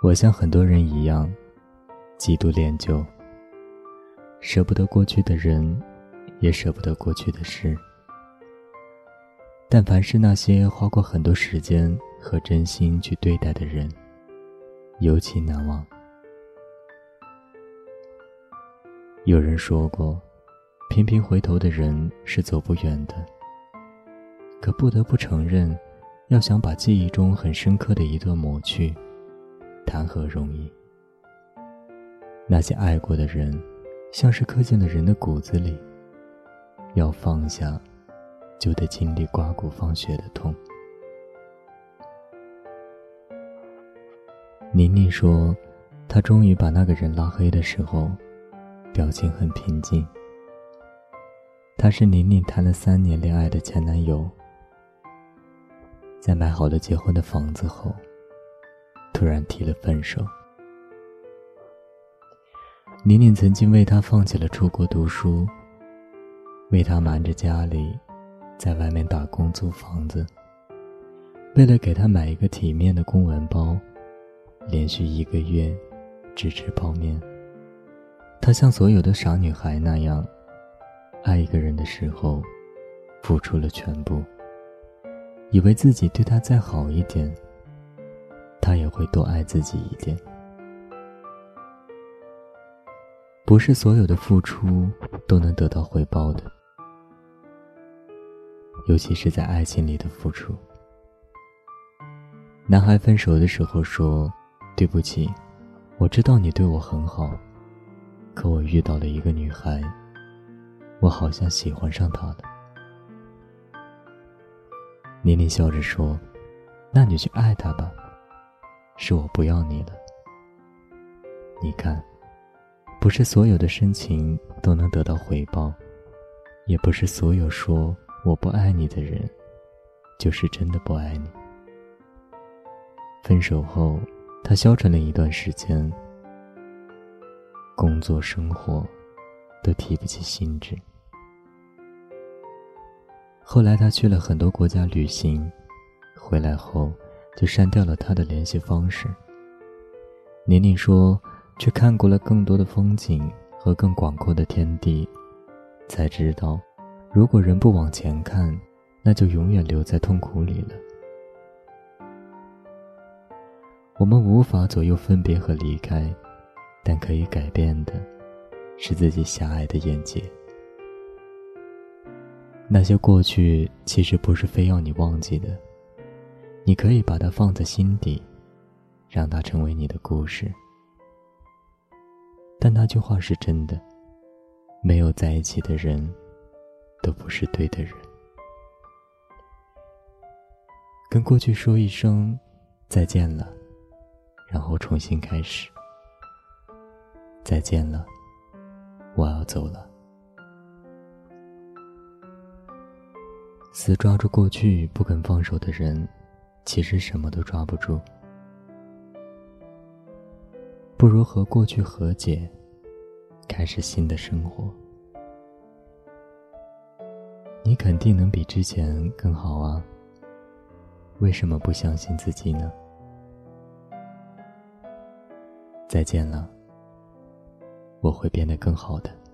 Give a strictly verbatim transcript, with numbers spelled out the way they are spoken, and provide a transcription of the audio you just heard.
我像很多人一样，极度恋旧，舍不得过去的人，也舍不得过去的事。但凡是那些花过很多时间和真心去对待的人，尤其难忘。有人说过，频频回头的人是走不远的。可不得不承认，要想把记忆中很深刻的一段抹去，谈何容易。那些爱过的人，像是刻进了人的骨子里，要放下，就得经历刮骨放血的痛。宁宁说，她终于把那个人拉黑的时候，表情很平静。他是宁宁谈了三年恋爱的前男友，在买好了结婚的房子后，突然提了分手。宁宁曾经为他放弃了出国读书，为他瞒着家里在外面打工租房子，为了给他买一个体面的公文包，连续一个月只吃泡面。她像所有的傻女孩那样，爱一个人的时候付出了全部，以为自己对他再好一点，他也会多爱自己一点。不是所有的付出都能得到回报的，尤其是在爱情里的付出。男孩分手的时候说，对不起，我知道你对我很好，可我遇到了一个女孩，我好像喜欢上她了。宁宁笑着说，那你去爱她吧，是我不要你了。你看，不是所有的深情都能得到回报，也不是所有说我不爱你的人就是真的不爱你。分手后，他消沉了一段时间，工作生活都提不起兴致。后来他去了很多国家旅行，回来后就删掉了他的联系方式。宁宁说，去看过了更多的风景和更广阔的天地，才知道，如果人不往前看，那就永远留在痛苦里了。我们无法左右分别和离开，但可以改变的是自己狭隘的眼界。那些过去其实不是非要你忘记的，你可以把它放在心底，让它成为你的故事。但那句话是真的，没有在一起的人都不是对的人。跟过去说一声再见了，然后重新开始。再见了，我要走了。死抓住过去不肯放手的人，其实什么都抓不住。不如和过去和解，开始新的生活。你肯定能比之前更好啊，为什么不相信自己呢？再见了，我会变得更好的。